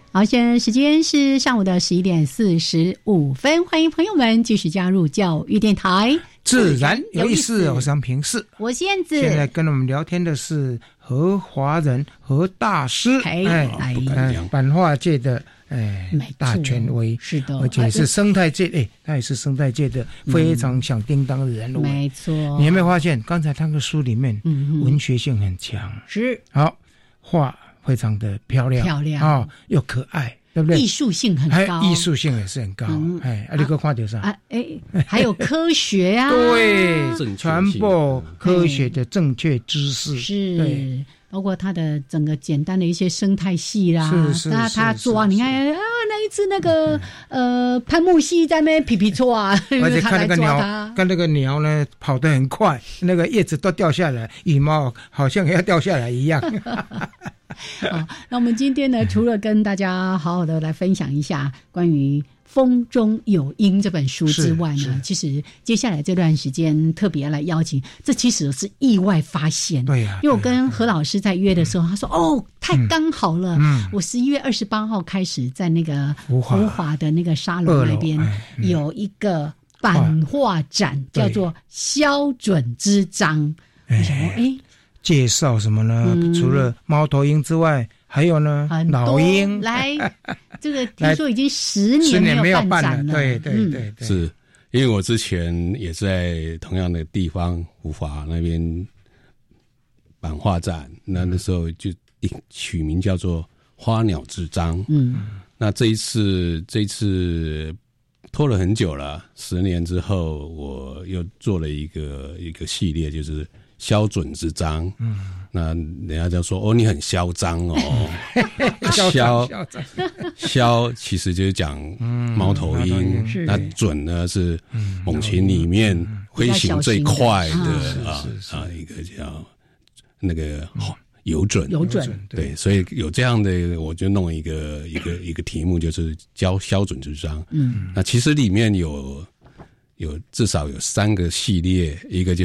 好，现在时间是上午的十一点四十五分，欢迎朋友们继续加入教育电台， 自然有意思。我是杨平世， 我是燕子。 现在跟我们聊天的是何华仁何大师， 哎， 哎，版画界的哎大权威， 是的， 而且是生态界，哎，他也是生态界的非常响叮当的人物， 没错。 你有没有发现，刚才他的书里面，嗯，文学性很强， 是好画。非常的漂亮， 漂亮啊、哦，又可爱，对不对？ 艺术性很高， 艺术性也是很高。嗯、哎，啊，你给我看到啥？ 啊，哎，还有科学啊， 对，传播科学的正确知识， 是，包括它的整个简单的一些生态系啦， 是是他他做啊，你看啊，那一次那个呃潘木犀在那边皮皮错啊， 而且看那个鸟，看那个鸟呢跑得很快，那个叶子都掉下来，羽毛好像要掉下来一样。 好，那我们今天呢，除了跟大家好好的来分享一下关于《风中有鹰》这本书之外呢，其实接下来这段时间特别来邀请，这其实是意外发现。 对呀、啊， 因为我跟何老师在约的时候，他说：“哦，太刚好了，嗯、我十一月二十八号开始在那个福华的那个沙龙那边有一个版画展，叫做《标准之章》。我想说，哎。” 介绍什么呢？嗯、除了猫头鹰之外，还有呢老鹰来。这个听说已经十年没有办展了。 对对对对， 是因为我之前也在同样的地方福华那边版画展，那那时候就取名叫做《花鸟之章》。嗯，那这一次这一次拖了很久了，十年之后，我又做了一个一个系列，就是。标准之章，嗯，那人家就说哦，你很嚣张哦，嚣嚣其实就是讲猫头鹰，嗯、那准呢是猛禽里面飞行最快的啊啊一个叫那个游准， 游准对，所以有这样的，我就弄一个一个一个题目，就是教标准之章，嗯，那其实里面有有至少有三个系列，一个就是。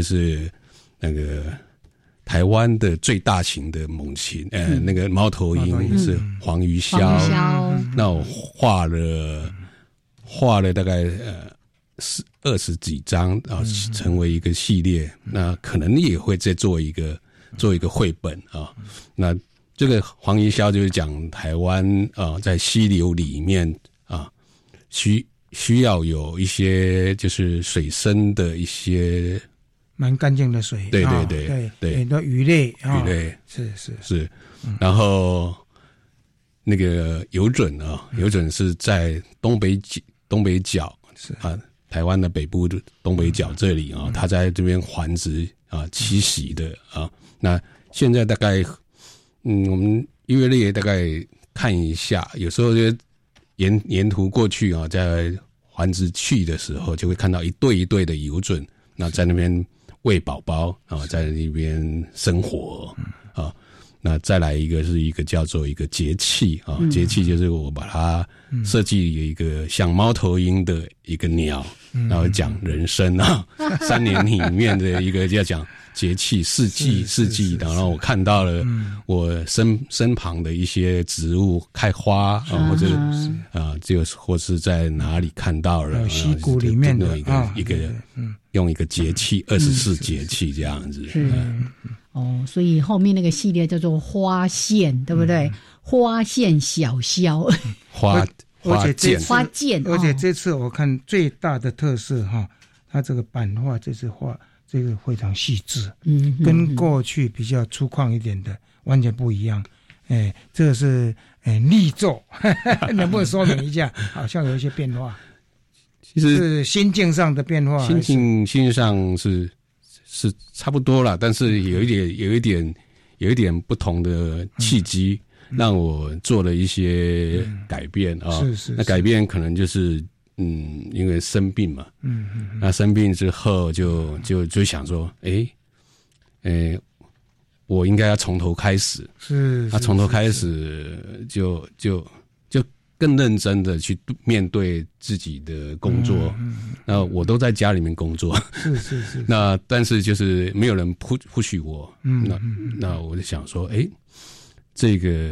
那个台湾的最大型的猛禽，呃，嗯、那个猫头鹰是黄鱼鸮。嗯、那我画了画了大概呃十二十几张啊，嗯、成为一个系列。嗯、那可能也会再做一个做一个绘本啊。嗯、那这个黄鱼鸮就是讲台湾啊，在溪流里面啊，需需要有一些就是水生的一些。 蛮干净的水， 对对对、 哦、 对， 很多鱼类， 鱼类、哦、 是是是，嗯、然后那个游准啊，游准是在东北东北角是啊，台湾的北部东北角这里啊，它、嗯、在这边繁殖啊栖息的啊。那现在大概嗯，我们约略大概看一下，有时候就沿沿途过去啊，在繁殖区的时候，就会看到一对一对的游准，那在那边。喂宝宝啊，在那边生活啊，那再来一个是一个叫做一个节气啊，嗯、节气就是我把它设计一个像猫头鹰的一个鸟，嗯、然后讲人生啊，嗯、三年里面的一个要讲节气、四季、四季，然后我看到了我身身旁的一些植物开花啊，或者啊，就或是在哪里看到了溪谷里面的一个一个嗯。用一个节气，二十四节气这样子。 是、嗯、哦，所以后面那个系列叫做花线，对不对？嗯、花线小鸮， 花花剑， 花剑。 而且这次我看最大的特色哈，它这个版画这次画这个非常细致，嗯，跟过去比较粗犷一点的完全不一样。哎，这个是哎力作，能不能说明一下？好像有一些变化。 其实是心境上的变化， 心境心境上是是差不多啦，但是有一点有一点有一点不同的契机，嗯、让我做了一些改变啊。 是是， 那改变可能就是嗯，因为生病嘛，嗯嗯，那生病之后就就就想说，哎，哎，我应该要从头开始， 是， 那从头开始就就。更认真的去面对自己的工作，嗯嗯、那我都在家里面工作， 是是 是, 是。 那但是就是没有人 push push 我， 嗯， 那、嗯、那我就想说，哎，这个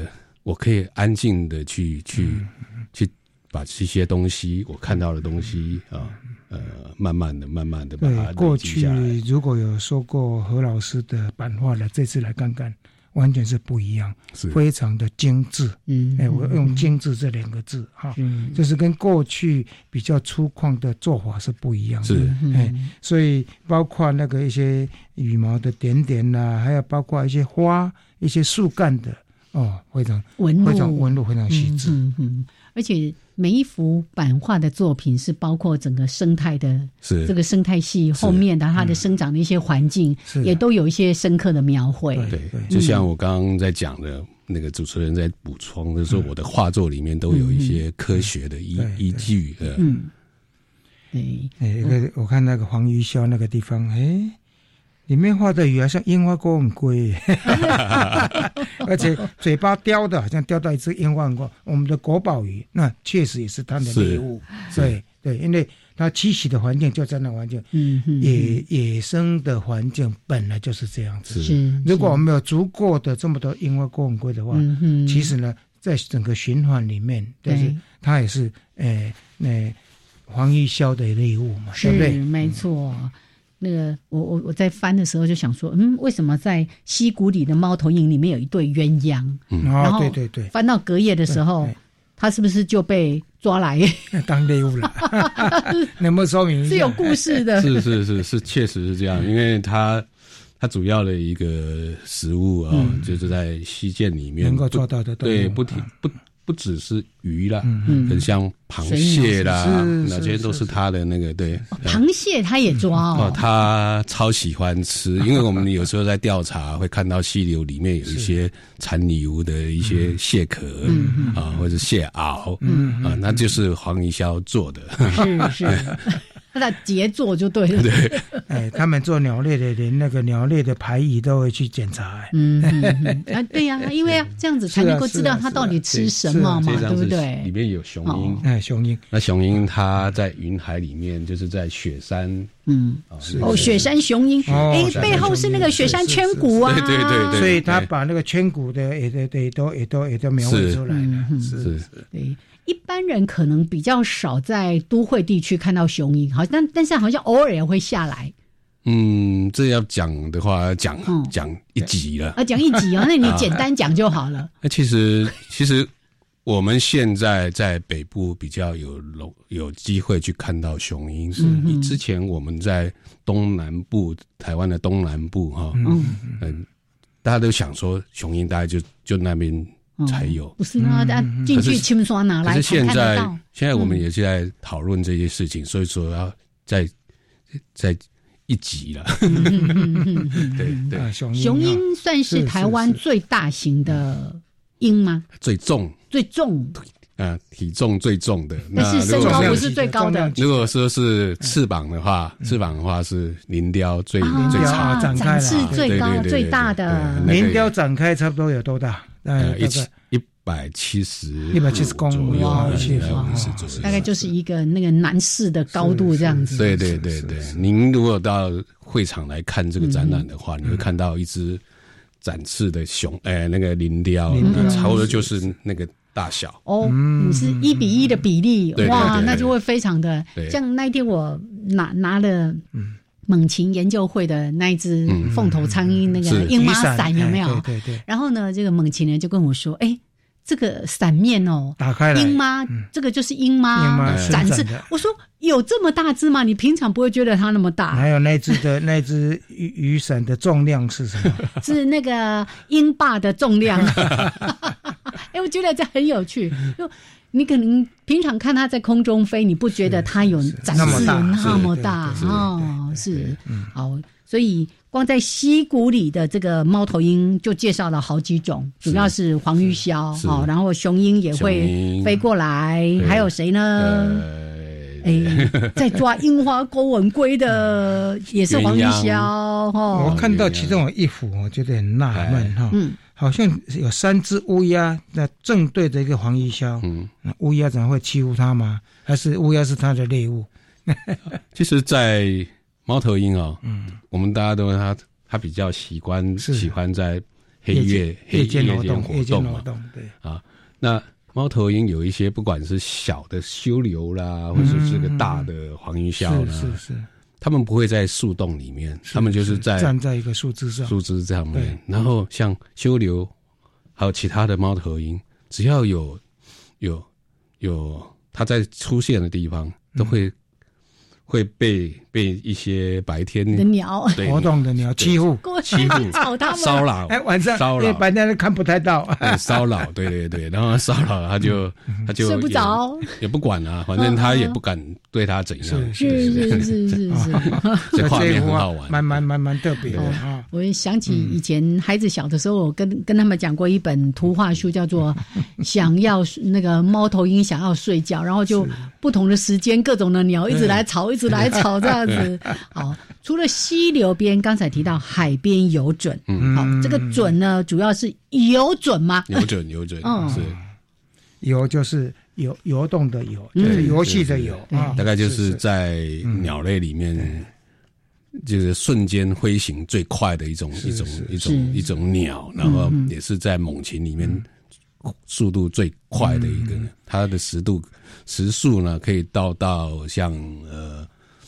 我可以安静的去去、嗯、去把这些东西我看到的东西啊，呃，慢慢的、慢慢的把它过去如果有说过何老师的版画的，这次来看看，完全是不一样，非常的精致。嗯，哎，我用精致这两个字哈，嗯，就是跟过去比较粗犷的做法是不一样的。是，哎，所以包括那个一些羽毛的点点啦、啊，还有包括一些花、一些树干的。哦，非常纹路， 非常纹路非常细致， 嗯嗯，而且每一幅版画的作品是包括整个生态的，是这个生态系后面的它的生长的一些环境，也都有一些深刻的描绘。 对对，就像我刚刚在讲的，那个主持人在补充的时候，我的画作里面都有一些科学的依依据的。嗯， 对，哎，一个我看那个黄鱼鸮那个地方，哎。里面画的鱼好像樱花钩很龟，而且嘴巴叼的好像叼到一只樱花钩。我们的国宝鱼，那确实也是它的猎物。对对，因为它栖息的环境就在那环境，嗯嗯，野野生的环境本来就是这样子。是，如果我们有足够的这么多樱花钩很龟的话，嗯，其实呢，在整个循环里面，就是它也是诶那黄鱼鸮的猎物嘛，对不对？ 没错。那个我我我在翻的时候就想说，嗯，为什么在溪谷里的猫头鹰里面有一对鸳鸯？嗯，然后对对对，翻到隔页的时候，它是不是就被抓来当猎物了？能不能说明一下？ 是有故事的， 是是是是，确实是这样，因为它它主要的一个食物啊，嗯、就是在溪涧里面能够抓到的， 对，不停不。不只是鱼啦，嗯，很像螃蟹啦，那些都是它的那个对。 哦、螃蟹它也抓哦， 它超喜欢吃，因为我们有时候在调查会看到溪流里面有一些残留的一些蟹壳，嗯啊，或者蟹螯，嗯啊，那就是黄鱼鸮做的， 是是。他的杰作就对了。对， 哎，他们做鸟类的，连那个鸟类的排遗都会去检查、哎。嗯， 嗯啊，对呀、啊，因为这样子才能够知道它到底吃什么嘛，对不对？ 里面有雄鹰， 哎，雄鹰。 那雄鹰它在云海里面，就是在雪山。 嗯，哦，雪山雄鹰，哎，背后是那个雪山圈谷啊， 对对对对， 所以他把那个圈谷的也都也都也都也都描绘出来了，是是是， 对。一般人可能比较少在都会地区看到雄鹰，好，但但是好像偶尔也会下来。 嗯，这要讲的话，讲讲、嗯、一集了啊，讲一集哦，那你简单讲就好了。 那、啊、其实其实我们现在在北部比较有有机会去看到雄鹰，是以之前我们在东南部，台湾的东南部哈，嗯嗯，大家都想说雄鹰大概就就那边。才有、 哦、不是啊，进、嗯、去青山哪来？ 可是现在现在我们也是在讨论这些事情，嗯、所以说要再再一集了。对对、 啊，雄鹰算是台湾最大型的鹰吗？ 最重， 最重。 啊，体重最重的， 但是身高不是最高的。 如果说是翅膀的话，嗯、翅膀的话是林雕最、啊、最长， 展开是最高最大的。 林雕展开差不多有多大？ 呃，一一百七十， 一百七十公左右， 大概就是一个那个男士的高度这样子。 对对对对，您如果到会场来看这个展览的话，嗯、你会看到一只展翅的熊，哎、呃，那个林雕，差不多就是那个。大小哦，你是一比一的比例，嗯、哇，那就会非常的。像那一天我拿拿了猛禽研究会的那一只凤头苍鹰那个鹰妈伞有没有？ 对对对。 然后呢，这个猛禽人就跟我说：“哎，这个伞面哦， 打开来， 鹰妈，嗯、这个就是鹰妈展翅。”我说：“有这么大只吗？你平常不会觉得它那么大？” 还有那只的那只雨雨伞的重量是什么？ 是那个鹰爸的重量。哎，我觉得这很有趣。就你可能平常看它在空中飞，你不觉得它有展翅有那么大哦？是，好，所以光在溪谷里的这个猫头鹰就介绍了好几种，主要是黄鱼鸮哦，然后雄鹰也会飞过来，还有谁呢？哎，在抓樱花钩吻龟的也是黄鱼鸮哦。 我看到其中有一幅，我觉得很纳闷哈。嗯。好像有三只乌鸦在正对着一个黄鱼鸮，嗯，乌鸦怎么会欺负它吗？还是乌鸦是它的猎物？ 其实，在猫头鹰哦，嗯，我们大家都它它比较习惯喜欢在黑夜黑夜间活动， 活动嘛， 动对啊，那猫头鹰有一些不管是小的修流啦，或者是这个大的黄云鸮啦， 是是是， 他们不会在树洞里面，他们就是在站在一个树枝上， 树枝上面。然后像修流，还有其他的猫头鹰，只要有有有它在出现的地方，都会。嗯会被被一些白天的鸟活动的鸟欺负欺负吵他们骚扰， 哎，晚上骚扰， 白天看不太到， 骚扰，对对对，然后骚扰他就他就睡不着， 也不管啊，反正他也不敢对他怎样， 是是是是是， 这画面很好玩， 蛮蛮蛮蛮特别的啊！ 我想起以前孩子小的时候，我跟跟他们讲过一本图画书，叫做《想要那个猫头鹰想要睡觉》，然后就不同的时间，各种的鸟一直来吵，一直来吵这样子。好，除了溪流边，刚才提到海边游隼，嗯，好，这个隼呢，主要是游隼吗？ 游隼，游隼，嗯，是游就是游游动的游，就是游戏的游啊， 大概就是在鸟类里面。就是瞬间飞行最快的一种一种一种一种鸟，然后也是在猛禽里面速度最快的一个，嗯、它的时度时速呢可以到到像呃，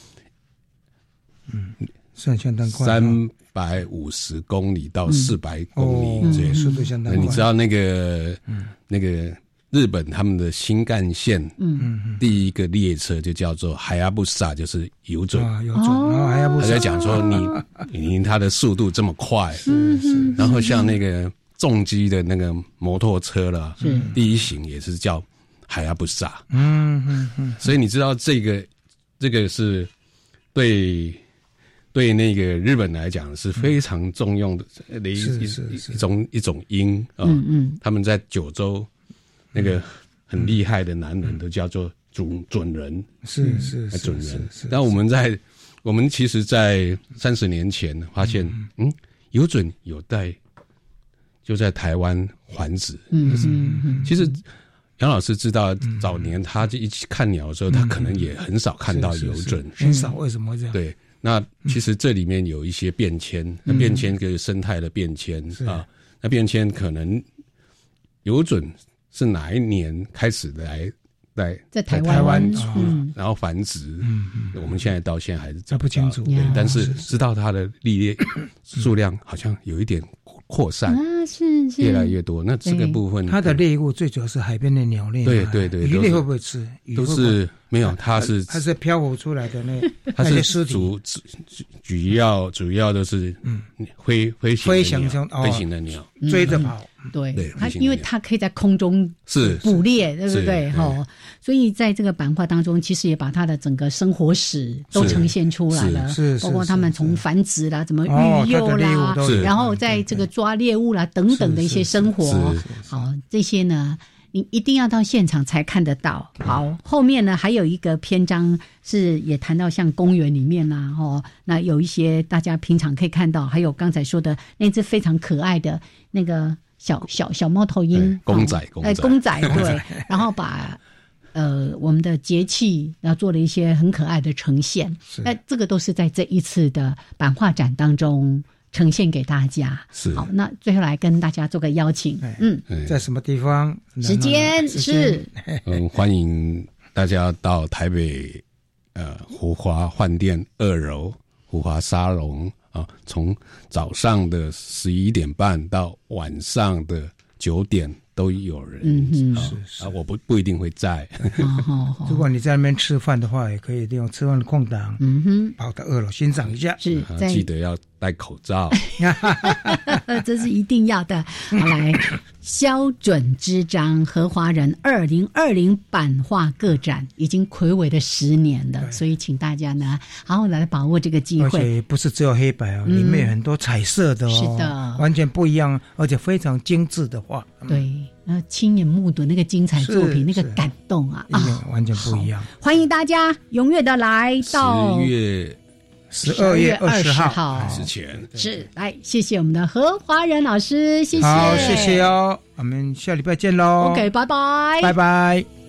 嗯，算相当快， 三百五十公里到四百公里，这、 嗯哦、速度相当快。 你知道那个、嗯、那个。日本他们的新干线，嗯，第一个列车就叫做海亚布萨，就是游隼， 啊，游隼，然后海亚布萨， 他在讲说你，你它的速度这么快，是是，然后像那个重机的那个摩托车了，是第一型也是叫海亚布萨， 嗯嗯嗯， 所以你知道这个这个是对对那个日本来讲是非常重用的的一一一种一种鹰啊，嗯嗯，他们在九州。那个很厉害的男人都叫做准准人， 是是是准人。但我们在我们其实，在三十年前发现，嗯，游隼有在就在台湾繁殖。嗯嗯，其实杨老师知道，早年他就一起看鸟的时候，他可能也很少看到游隼， 很少。为什么会这样？ 对，那其实这里面有一些变迁，那变迁跟生态的变迁啊，那变迁可能游隼。是哪一年开始来来在台湾嗯，然后繁殖？嗯嗯，我们现在到现在还是这不清楚， 对，但是知道它的历列数量好像有一点扩散啊，是是越来越多。那这个部分， 它的猎物最主要是海边的鸟类， 对对对， 鱼类会不会吃？ 都是没有，它是它是漂浮出来的那它是主主要主要都是嗯飞飞行飞行中飞行的鸟追着跑。 对，它因为它可以在空中是捕猎，对不对？哈，所以在这个版画当中，其实也把它的整个生活史都呈现出来了， 是包括他们从繁殖啦、怎么育幼啦，然后在这个抓猎物啦等等的一些生活。好，这些呢，你一定要到现场才看得到。好，后面呢还有一个篇章是也谈到像公园里面啦，哦，那有一些大家平常可以看到，还有刚才说的那只非常可爱的那个。小小小猫头鹰， 公仔，公仔， 公仔，对，然后把呃我们的节气，然后做了一些很可爱的呈现。那这个都是在这一次的版画展当中呈现给大家。 是， 好，那最后来跟大家做个邀请，嗯， 在什么地方？ 时间是， 嗯，欢迎大家到台北呃湖华饭店二楼湖华沙龙。啊，从早上的十一点半到晚上的九点都有人。嗯嗯，是是啊，我不不一定会在。 如果你在那边吃饭的话，也可以利用吃饭的空档，嗯哼，跑到二楼欣赏一下。 是， 啊、记得要戴口罩。 这是一定要的。好，来，萧准之章何华人二零二零版画个展已经睽违了十年了，所以请大家呢好好来把握这个机会。 而且不是只有黑白哦，嗯、里面有很多彩色的哦， 是的， 完全不一样，而且非常精致的画。 对，然后亲眼目睹那个精彩作品，那个感动啊， 啊，完全不一样。 欢迎大家踊跃的来到十月。 十二月二十号之前是来，谢谢我们的何华人老师，谢谢， 好，谢谢哦，我们下礼拜见喽。 OK， 拜拜， 拜拜。